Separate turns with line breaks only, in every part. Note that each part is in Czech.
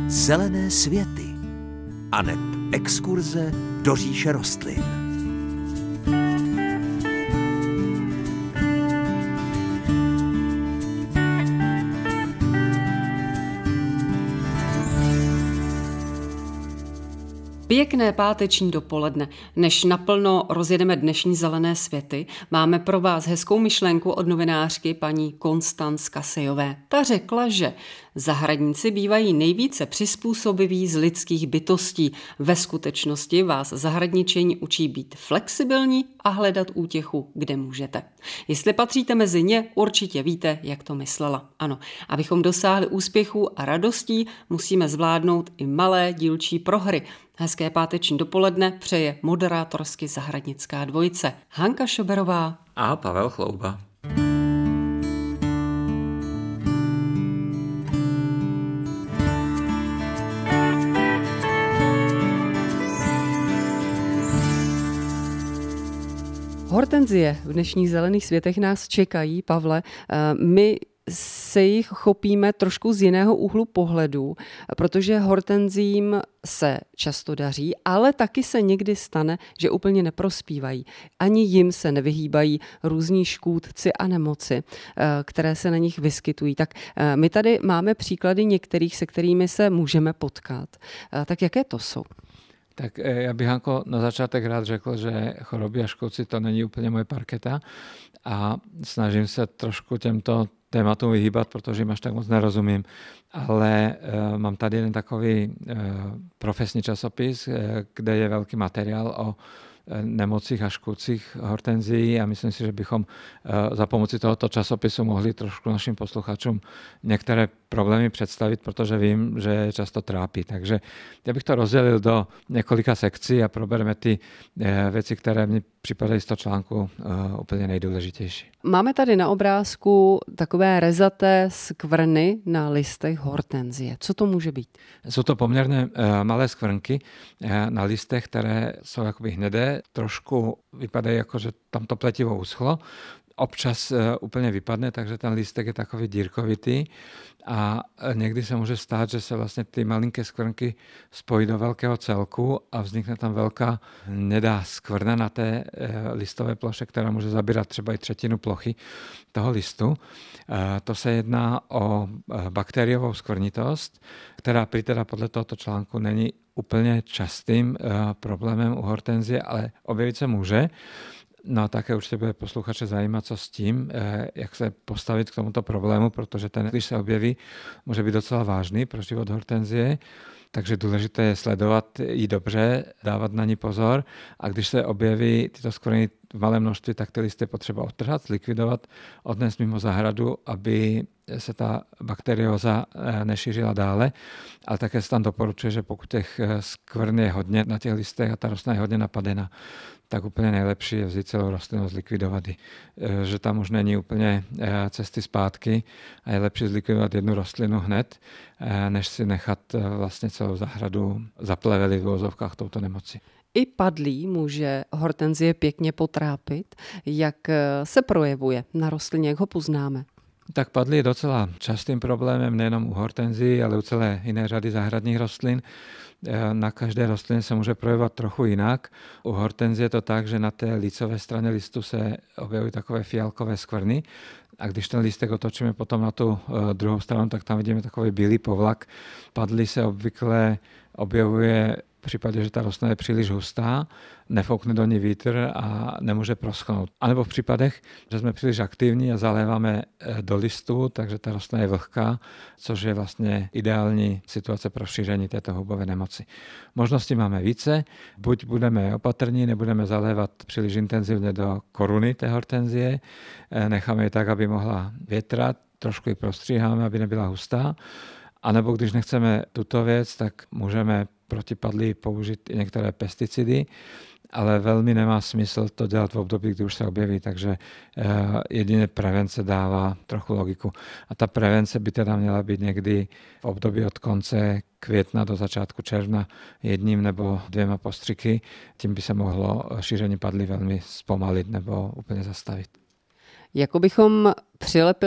Zelené světy aneb exkurze do říše rostlin.
Pěkné páteční dopoledne. Než naplno rozjedeme dnešní zelené světy, máme pro vás hezkou myšlenku od novinářky paní Konstanc Kasejové. Ta řekla, že zahradníci bývají nejvíce přizpůsobiví z lidských bytostí. Ve skutečnosti vás zahradničení učí být flexibilní a hledat útěchu, kde můžete. Jestli patříte mezi ně, určitě víte, jak to myslela. Ano, abychom dosáhli úspěchů a radostí, musíme zvládnout i malé dílčí prohry. Hezké páteční dopoledne přeje moderátorsky zahradnická dvojice Hanka Šoberová
a Pavel Chlouba.
Hortenzie v dnešních zelených světech nás čekají, Pavle. My se jich chopíme trošku z jiného úhlu pohledu, protože hortenzím se často daří, ale taky se někdy stane, že úplně neprospívají. Ani jim se nevyhýbají různí škůdci a nemoci, které se na nich vyskytují. Tak my tady máme příklady některých, se kterými se můžeme potkat. Tak jaké to jsou?
Tak ja bych, Hanko, na začátek rád řekl, že choroby a škůdci to není úplně moje parketa a snažím se trošku těmto tématům vyhýbat, protože jim až tak moc nerozumím. Ale mám tady jeden takový profesní časopis, kde je velký materiál o nemocích a škůdcích hortenzií a myslím si, že bychom za pomoci tohoto časopisu mohli trošku našim posluchačům některé problémy představit, protože vím, že je často trápí. Takže já bych to rozdělil do několika sekcí a probereme ty věci, které mi připadají z toho článku úplně nejdůležitější.
Máme tady na obrázku takové rezaté skvrny na listech hortenzie. Co to může být?
Jsou to poměrně malé skvrnky na listech, které jsou jakoby hnedé, trošku vypadají jako, že tam to pletivo uschlo. Občas úplně vypadne, takže ten lístek je takový dírkovitý a někdy se může stát, že se vlastně ty malinké skvrnky spojí do velkého celku a vznikne tam velká hnědá skvrna na té listové ploše, která může zabírat třeba i třetinu plochy toho listu. To se jedná o bakteriovou skvrnitost, která teda podle tohoto článku není úplně častým problémem u hortenzie, ale objevit se může. No a také určitě bude posluchače zajímat, co s tím, jak se postavit k tomuto problému, protože ten, když se objeví, může být docela vážný pro život hortenzie. Takže důležité je sledovat ji dobře, dávat na ní pozor a když se objeví tyto skvrny v malém množství, tak ty listy je potřeba odtrhat, zlikvidovat, odnést mimo zahradu, aby se ta bakterióza nešířila dále. Ale také se tam doporučuje, že pokud těch skvrn je hodně na těch listech a ta rostlina je hodně napadena, tak úplně nejlepší je vzít celou rostlinu, zlikvidovat ji. Že tam už není úplně cesty zpátky a je lepší zlikvidovat jednu rostlinu hned, než si nechat vlastně celou zahradu zaplevelit v uvozovkách touto nemoci.
I padlí může hortenzie pěkně potrápit. Jak se projevuje na rostlině, jak ho poznáme?
Tak padlí je docela častým problémem nejenom u hortenzí, ale u celé jiné řady zahradních rostlin. Na každé rostlině se může projevovat trochu jinak. U hortenzie je to tak, že na té lícové straně listu se objevují takové fialkové skvrny a když ten lístek otočíme potom na tu druhou stranu, tak tam vidíme takový bílý povlak. Padlí se obvykle objevuje v případě, že ta rostlina je příliš hustá, nefoukne do ní vítr a nemůže proschnout. A nebo v případech, že jsme příliš aktivní a zaléváme do listu, takže ta rostlina je vlhká, což je vlastně ideální situace pro šíření této houbové nemoci. Možností máme více, buď budeme opatrní, nebudeme zalévat příliš intenzivně do koruny té hortenzie, necháme ji tak, aby mohla větrat, trošku ji prostříháme, aby nebyla hustá, a nebo když nechceme tuto věc, tak můžeme proti padlí použít i některé pesticidy, ale velmi nemá smysl to dělat v období, kdy už se objeví, takže jedině prevence dává trochu logiku. A ta prevence by teda měla být někdy v období od konce května do začátku června jedním nebo dvěma postřiky. Tím by se mohlo šíření padlí velmi zpomalit nebo úplně zastavit.
Jako bychom přilepili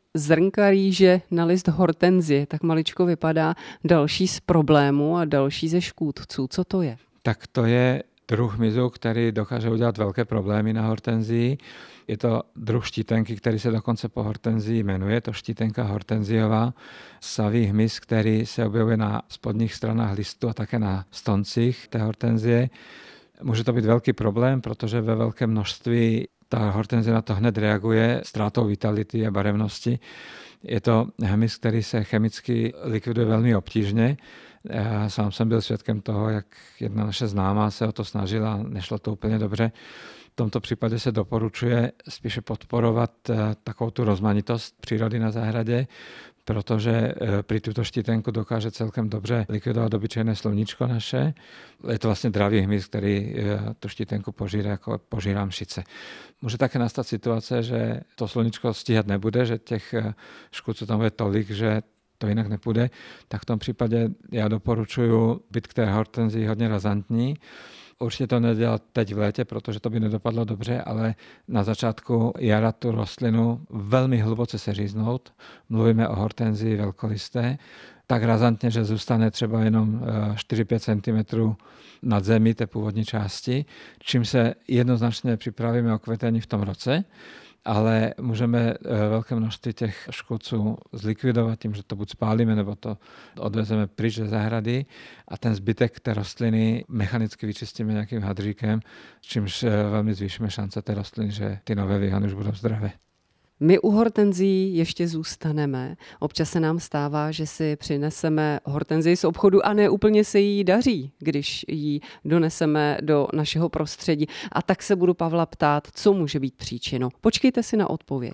zrnka rýže na list hortenzie, tak maličko vypadá, další z problémů a další ze škůdců. Co to je?
Tak to je druh hmyzu, který dokáže udělat velké problémy na hortenzii. Je to druh štítenky, který se dokonce po hortenzii jmenuje, to štítenka hortenziová. Savý hmyz, který se objevuje na spodních stranách listu a také na stoncích té hortenzie. Může to být velký problém, protože ve velkém množství ta hortenzie na to hned reaguje ztrátou vitality a barevnosti. Je to hmyz, který se chemicky likviduje velmi obtížně. Já sám jsem byl svědkem toho, jak jedna naše známá se o to snažila, nešlo to úplně dobře. V tomto případě se doporučuje spíše podporovat takovou tu rozmanitost přírody na zahradě, protože pri tuto štítenku dokáže celkem dobře likvidovat obyčejné sluníčko naše. Je to vlastně dravý hmyz, který tu štítenku požírá, jako požírá mšice. Může také nastat situace, že to sluníčko stíhat nebude, že těch škůdců tam bude tolik, že to jinak nepůjde, tak v tom případě já doporučuji být k té hortenzii hodně razantní. Určitě to nedělat teď v létě, protože to by nedopadlo dobře, ale na začátku jara tu rostlinu velmi hluboce seříznout. Mluvíme o hortenzii velkolisté, tak razantně, že zůstane třeba jenom 4-5 cm nad zemí té původní části, čím se jednoznačně připravíme o kvetení v tom roce. Ale můžeme velké množství těch škůdců zlikvidovat tím, že to buď spálíme, nebo to odvezeme pryč ze zahrady a ten zbytek té rostliny mechanicky vyčistíme nějakým hadříkem, čímž velmi zvýšíme šance té rostliny, že ty nové výhony už budou zdravé.
My u hortenzí ještě zůstaneme. Občas se nám stává, že si přineseme hortenzii z obchodu a ne úplně se jí daří, když ji doneseme do našeho prostředí. A tak se budu Pavla ptát, co může být příčinou. Počkejte si na odpověď.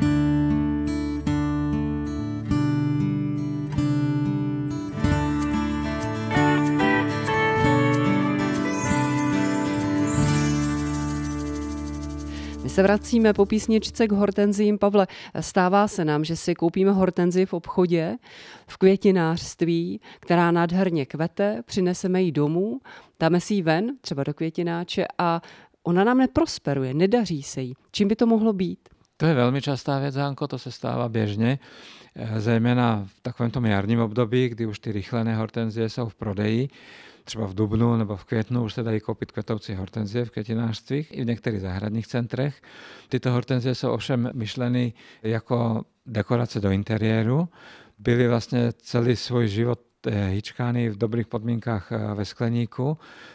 Se vracíme po písničce k hortenziím. Pavle, stává se nám, že si koupíme hortenzii v obchodě, v květinářství, která nádherně kvete, přineseme ji domů, dáme si ji ven, třeba do květináče a ona nám neprosperuje, nedaří se jí. Čím by to mohlo být?
To je velmi častá věc, Hanko, to se stává běžně, zejména v takovém tom jarním období, kdy už ty rychlené hortenzie jsou v prodeji. Třeba v dubnu nebo v květnu už se dají koupit kvetoucí hortenzie v květinářstvích i v některých zahradních centrech. Tyto hortenzie jsou ovšem myšleny jako dekorace do interiéru. Byly vlastně celý svůj život hýčkány v dobrých podmínkách ve skleníku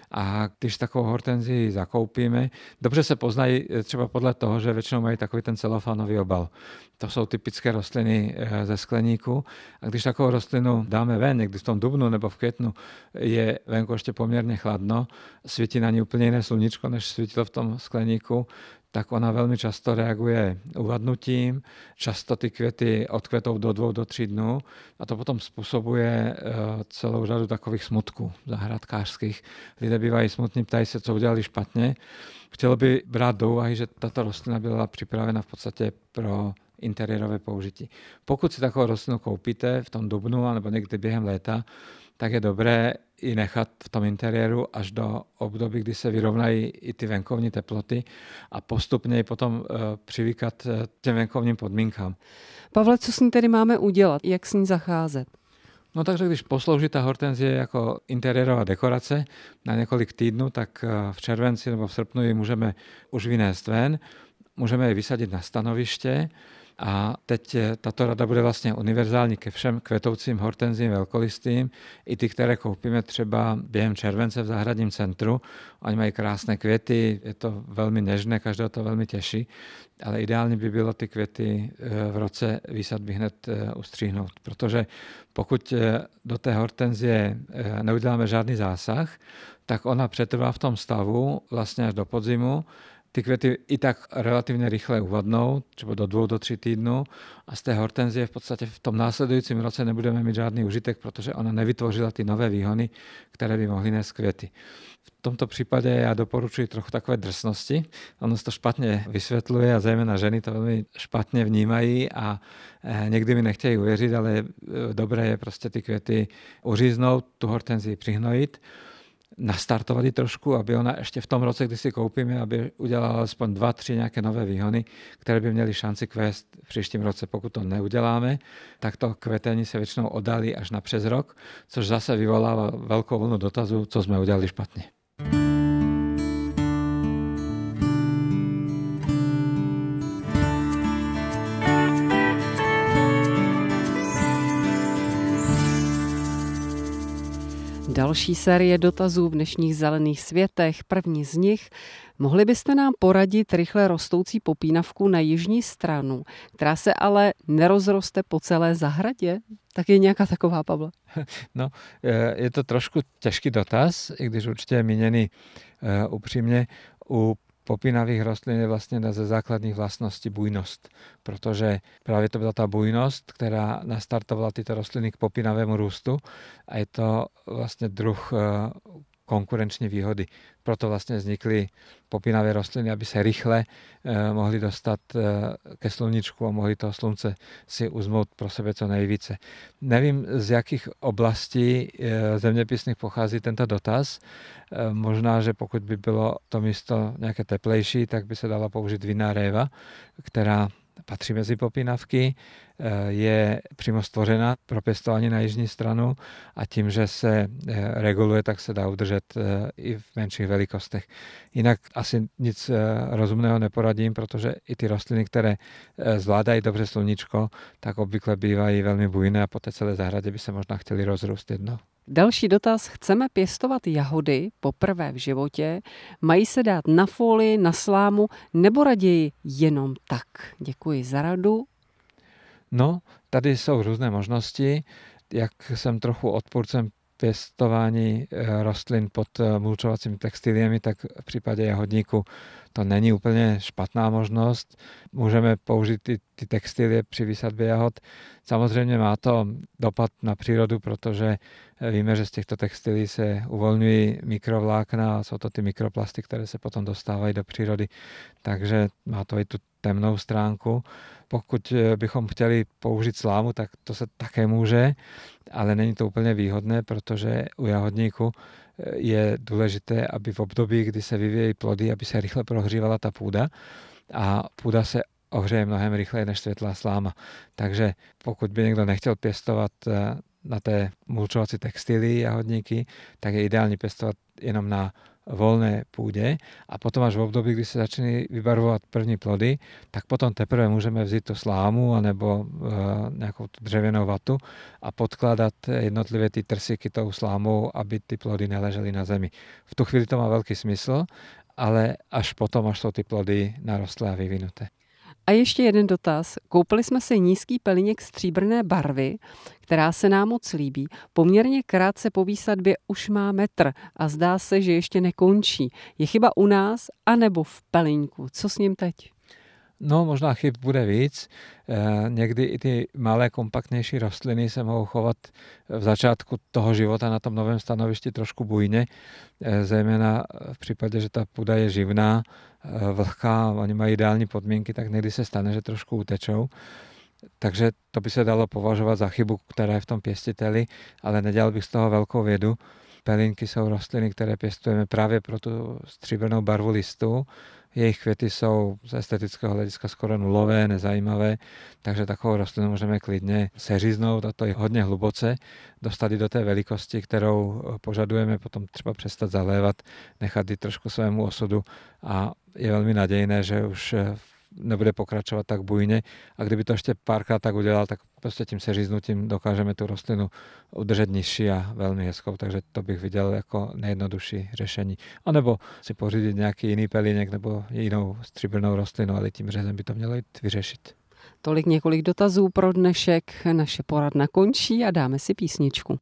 a když takovou hortenzii zakoupíme, dobře se poznají třeba podle toho, že většinou mají takový ten celofánový obal. To jsou typické rostliny ze skleníku a když takovou rostlinu dáme ven, někdy v tom dubnu nebo v květnu je venku ještě poměrně chladno, svítí na ní úplně jiné sluníčko, než svítilo v tom skleníku, tak ona velmi často reaguje uvadnutím, často ty květy odkvetou do 2 do 3 dnů a to potom způsobuje celou řadu takových smutků zahradkářských. Lidé bývají smutní, ptají se, co udělali špatně. Chtělo by brát do úvahy, že tato rostlina byla připravena v podstatě pro interiérové použití. Pokud si takovou rostlinu koupíte v tom dubnu nebo někdy během léta, tak je dobré ji nechat v tom interiéru až do období, kdy se vyrovnají i ty venkovní teploty a postupně ji potom přivykat těm venkovním podmínkám.
Pavle, co s ní tedy máme udělat? Jak s ní zacházet?
No takže když poslouží ta hortenzie jako interiérová dekorace na několik týdnů, tak v červenci nebo v srpnu ji můžeme už vynést ven, můžeme ji vysadit na stanoviště a teď tato rada bude vlastně univerzální ke všem kvetoucím hortenzím velkolistým, i ty, které koupíme třeba během července v zahradním centru. Oni mají krásné květy, je to velmi nežné, každého to velmi těší, ale ideálně by bylo ty květy v roce výsadby hned ustříhnout, protože pokud do té hortenzie neuděláme žádný zásah, tak ona přetrvá v tom stavu vlastně až do podzimu. Ty květy i tak relativně rychle uvadnou, třeba do 2 do 3 týdnů a z té hortenzie v podstatě v tom následujícím roce nebudeme mít žádný užitek, protože ona nevytvořila ty nové výhony, které by mohly nést květy. V tomto případě já doporučuji trochu takové drsnosti. Ono se to špatně vysvětluje a zejména ženy to velmi špatně vnímají a někdy mi nechtějí uvěřit, ale dobré je prostě ty květy uříznout, tu hortenzii přihnojit. nastartovali trošku, aby ona ešte v tom roce, kdy si koupíme, aby udělala aspoň 2-3 nějaké nové výhony, které by měly šanci kvést v příštím roce. Pokud to neuděláme, tak to kvetení se většinou oddálí až na přes rok, což zase vyvolává velkou vlnu dotazů, co jsme udělali špatně.
Další série dotazů v dnešních zelených světech. První z nich. Mohli byste nám poradit rychle rostoucí popínavku na jižní stranu, která se ale nerozroste po celé zahradě? Tak je nějaká taková, Pavle?
No, je to trošku těžký dotaz, i když určitě je míněný upřímně. U popínavých rostlin je vlastně ze základních vlastností bujnost, protože právě to byla ta bujnost, která nastartovala tyto rostliny k popínavému růstu a je to vlastně druh konkurenční výhody. Proto vlastně vznikly popínavé rostliny, aby se rychle mohli dostat ke sluníčku a mohli to slunce si uzmout pro sebe co nejvíce. Nevím, z jakých oblastí zeměpisných pochází tento dotaz. Možná, že pokud by bylo to místo nějaké teplejší, tak by se dala použít vinná réva, která patří mezi popínavky, je přímo stvořena pro pěstování na jižní stranu a tím, že se reguluje, tak se dá udržet i v menších velikostech. Jinak asi nic rozumného neporadím, protože i ty rostliny, které zvládají dobře sluníčko, tak obvykle bývají velmi bujné a po té celé zahradě by se možná chtěli rozrůst jednou.
Další dotaz. Chceme pěstovat jahody poprvé v životě. Mají se dát na folii, na slámu nebo raději jenom tak? Děkuji za radu.
No, tady jsou různé možnosti. Jak jsem trochu odpůrcem pěstování rostlin pod mulčovacími textiliemi, tak v případě jahodníku to není úplně špatná možnost. Můžeme použít ty textilie při výsadbě jahod. Samozřejmě má to dopad na přírodu, protože víme, že z těchto textilí se uvolňují mikrovlákna a jsou to ty mikroplasty, které se potom dostávají do přírody. Takže má to i tu temnou stránku. Pokud bychom chtěli použít slámu, tak to se také může, ale není to úplně výhodné, protože u jahodníku je důležité, aby v období, kdy se vyvíjejí plody, aby se rychle prohřívala ta půda a půda se ohřeje mnohem rychleji než světlá sláma. Takže pokud by někdo nechtěl pěstovat na té mulčovací textilii jahodníky, tak je ideální pěstovat jenom na volné půdě a potom až v období, kdy se začínají vybarvovat první plody, tak potom teprve můžeme vzít tu slámu anebo nějakou tu dřevěnou vatu a podkládat jednotlivé ty trsíky tou slámou, aby ty plody neležely na zemi. V tu chvíli to má velký smysl, ale až potom, až jsou ty plody narostlé a vyvinuté.
A ještě jeden dotaz. Koupili jsme si nízký pelínek stříbrné barvy, která se nám moc líbí. Poměrně krátce po výsadbě už má metr a zdá se, že ještě nekončí. Je chyba u nás anebo v pelíňku? Co s ním teď?
No, možná chyb bude víc. Někdy i ty malé, kompaktnější rostliny se mohou chovat v začátku toho života na tom novém stanovišti trošku bujně, zejména v případě, že ta půda je živná, vlhká, oni mají ideální podmínky, tak někdy se stane, že trošku utečou. Takže to by se dalo považovat za chybu, která je v tom pěstiteli, ale nedělal bych z toho velkou vědu. Pelínky jsou rostliny, které pěstujeme právě pro tu stříbrnou barvu listů. Jejich květy jsou z estetického hlediska skoro nulové, nezajímavé, takže takovou rostlinu můžeme klidně seříznout a to je hodně hluboce, dostat ji do té velikosti, kterou požadujeme, potom třeba přestat zalévat, nechat ji trošku svému osudu a je velmi nadějné, že už nebude pokračovat tak bujně a kdyby to ještě párkrát tak udělal, tak prostě tím seříznutím dokážeme tu rostlinu udržet nižší a velmi hezkou, takže to bych viděl jako nejjednodušší řešení. A nebo si pořídit nějaký jiný pelínek nebo jinou stříbrnou rostlinu, ale tím řezem by to mělo jít vyřešit.
Tolik několik dotazů pro dnešek. Naše poradna končí a dáme si písničku.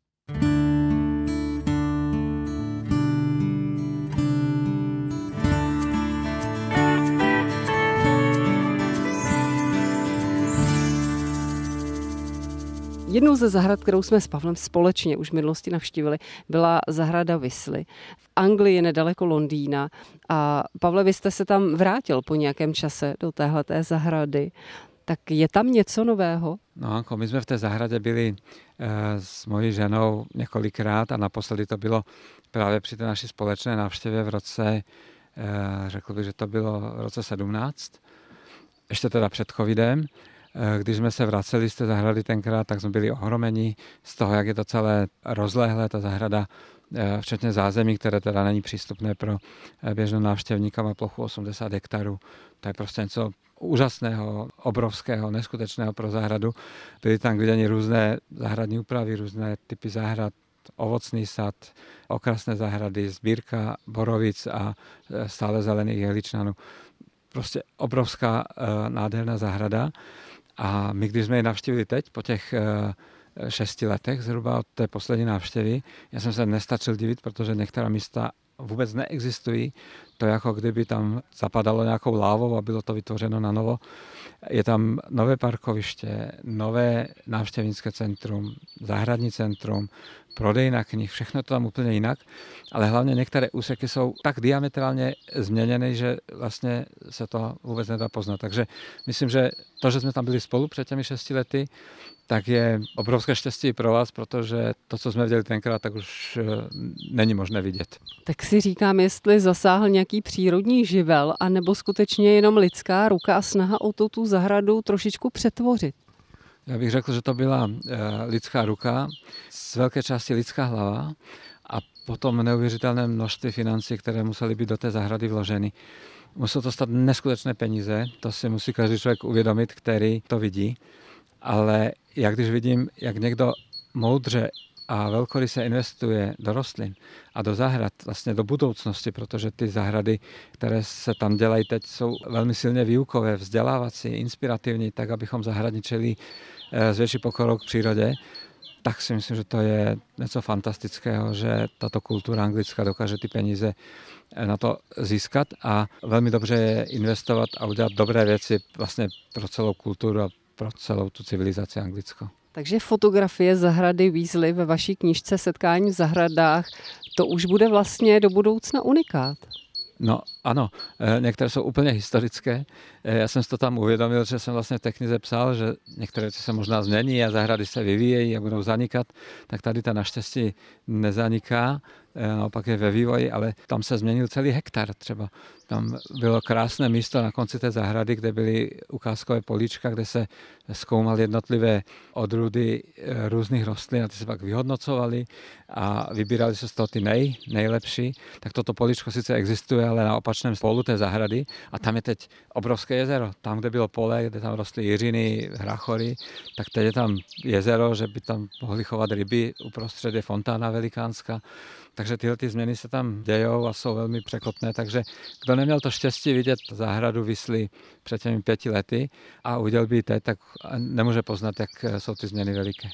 Jednou ze zahrad, kterou jsme s Pavlem společně už v minulosti navštívili, byla zahrada Wisley. V Anglii nedaleko Londýna. A Pavle, vy jste se tam vrátil po nějakém čase do téhleté zahrady. Tak je tam něco nového?
No, Anko, my jsme v té zahradě byli s mojí ženou několikrát a naposledy to bylo právě při té naší společné návštěvě v roce, řekl bych, že to bylo v roce 17, ještě teda před covidem. Když jsme se vraceli z té zahrady tenkrát, tak jsme byli ohromeni z toho, jak je to celé rozlehlé, ta zahrada, včetně zázemí, které teda není přístupné pro běžného návštěvníka, má plochu 80 hektarů. To je prostě něco úžasného, obrovského, neskutečného pro zahradu. Byly tam viděny různé zahradní úpravy, různé typy zahrad, ovocný sad, okrasné zahrady, sbírka borovic a stále zelených jehličnanů. Prostě obrovská nádherná zahrada. A my, když jsme ji navštívili teď, po těch 6 letech zhruba od té poslední návštěvy, já jsem se nestačil divit, protože některá místa vůbec neexistují. To je jako kdyby tam zapadalo nějakou lávou a bylo to vytvořeno na novo. Je tam nové parkoviště, nové návštěvnické centrum, zahradní centrum, prodejna knih, všechno to tam úplně jinak, ale hlavně některé úseky jsou tak diametrálně změněny, že vlastně se to vůbec nedá poznat. Takže myslím, že to, že jsme tam byli spolu před těmi 6 lety, tak je obrovské štěstí pro vás, protože to, co jsme viděli tenkrát, tak už není možné vidět.
Tak si říkám, jestli zasáhl nějaký přírodní živel, anebo skutečně jenom lidská ruka a snaha o tu zahradu trošičku přetvořit.
Já bych řekl, že to byla lidská ruka, z velké části lidská hlava a potom neuvěřitelné množství financí, které musely být do té zahrady vloženy. Muselo to stát neskutečné peníze, to si musí každý člověk uvědomit, který to vidí. Ale já když vidím, jak někdo moudře a velkoryse investuje do rostlin a do zahrad, vlastně do budoucnosti, protože ty zahrady, které se tam dělají teď, jsou velmi silně výukové, vzdělávací, inspirativní, tak abychom zahradničili s větší pokorou k přírodě, tak si myslím, že to je něco fantastického, že tato kultura anglická dokáže ty peníze na to získat a velmi dobře je investovat a udělat dobré věci vlastně pro celou kulturu a pro celou tu civilizaci anglickou.
Takže fotografie zahrady Weasley ve vaší knížce Setkání v zahradách, to už bude vlastně do budoucna unikát.
No ano, některé jsou úplně historické. Já jsem si to tam uvědomil, že jsem vlastně v té knize psal, že některé věci se možná změní a zahrady se vyvíjejí a budou zanikat, tak tady ta naštěstí nezaniká, naopak je ve vývoji, ale tam se změnil celý hektar třeba. Tam bylo krásné místo na konci té zahrady, kde byly ukázkové políčka, kde se zkoumaly jednotlivé odrůdy různých rostlin a ty se pak vyhodnocovaly a vybírali se z toho ty nejlepší. Tak toto políčko sice existuje, ale na opačném polu té zahrady a tam je teď obrovské jezero. Tam, kde bylo pole, kde tam rostly jiřiny, hrachory, tak teď je tam jezero, že by tam mohly chovat ryby, uprostřed je fontána velikánská. Takže tyhle ty změny se tam dějou a jsou velmi překotné, takže kdo neměl to štěstí vidět zahradu Weasley před těmi 5 lety a uviděl by ji teď, tak nemůže poznat, jak jsou ty změny veliké.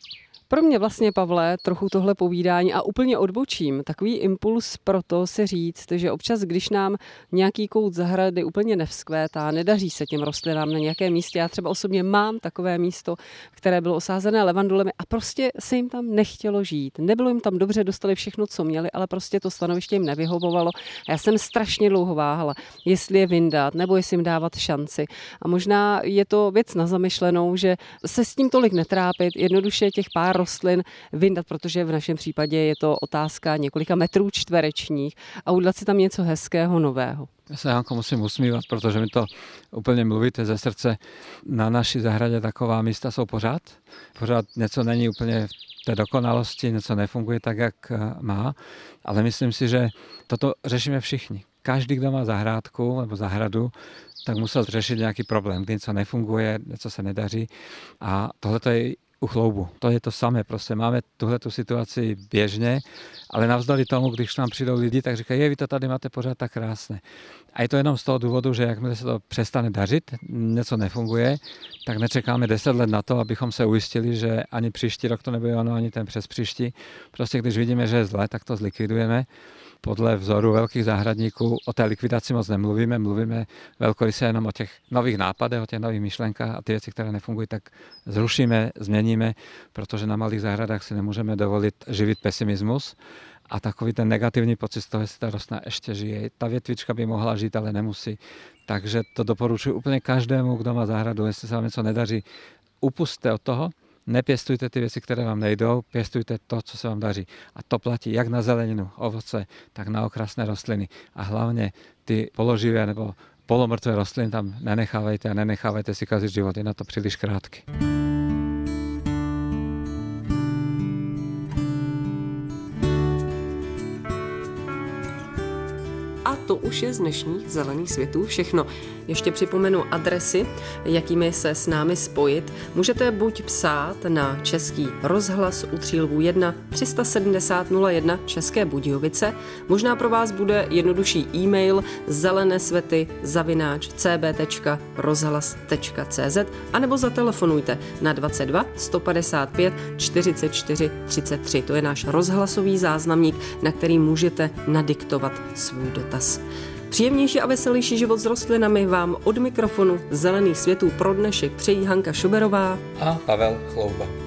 Pro mě vlastně, Pavle, trochu tohle povídání a úplně odbočím, takový impuls pro to si říct, že občas, když nám nějaký kout zahrady úplně nevzkvétá, nedaří se těm rostlinám na nějakém místě, já třeba osobně mám takové místo, které bylo osázené levandulemi a prostě se jim tam nechtělo žít. Nebylo jim tam dobře, dostali všechno, co měli, ale prostě to stanoviště jim nevyhovovalo a já jsem strašně dlouho váhala, jestli je vyndat nebo jestli jim dávat šanci. A možná je to věc na zamyšlenou, že se s tím tolik netrápit, jednoduše těch pár rostlin vyndat, protože v našem případě je to otázka několika metrů čtverečních a udělat si tam něco hezkého, nového.
Já se, Janko, musím usmívat, protože mi to úplně mluvíte ze srdce. Na naší zahradě taková místa jsou pořád. Pořád něco není úplně v té dokonalosti, něco nefunguje tak, jak má, ale myslím si, že toto řešíme všichni. Každý, kdo má zahrádku nebo zahradu, tak musel řešit nějaký problém, kdy něco nefunguje, něco se nedaří a tohle je u chloubu. To je to samé, prostě máme tuhletu situaci běžně, ale navzdory tomu, když nám přijdou lidi, tak říkají, vy to tady máte pořád tak krásné. A je to jenom z toho důvodu, že jakmile se to přestane dařit, něco nefunguje, tak nečekáme 10 let na to, abychom se ujistili, že ani příští rok to nebude ono, ani ten přes příští. Prostě když vidíme, že je zle, tak to zlikvidujeme. Podle vzoru velkých zahradníků o té likvidaci moc nemluvíme, mluvíme velkoryse jenom o těch nových nápadech, o těch nových myšlenkách a ty věci, které nefungují, tak zrušíme, změníme, protože na malých zahradách si nemůžeme dovolit živit pesimismus a takový ten negativní pocit z toho, jestli ta rostlina ještě žije. Ta větvička by mohla žít, ale nemusí. Takže to doporučuji úplně každému, kdo má zahradu, jestli se vám něco nedaří, upusťte od toho, nepěstujte ty věci, které vám nejdou, pěstujte to, co se vám daří. A to platí jak na zeleninu, ovoce, tak na okrasné rostliny. A hlavně ty položivé nebo polomrtvé rostliny tam nenechávejte a nenechávejte si kazit život, je na to příliš krátký.
A to už je z dnešních Zelených světů všechno. Ještě připomenu adresy, jakými se s námi spojit. Můžete buď psát na Český rozhlas u Třílvů 1 370 01 České Budějovice. Možná pro vás bude jednodušší e-mail zelenesvety@cb.rozhlas.cz anebo zatelefonujte na 22 155 44 33. To je náš rozhlasový záznamník, na který můžete nadiktovat svůj dotaz. Příjemnější a veselější život s rostlinami vám od mikrofonu Zelených světů pro dnešek přejí Hanka Šuberová
a Pavel Chlouba.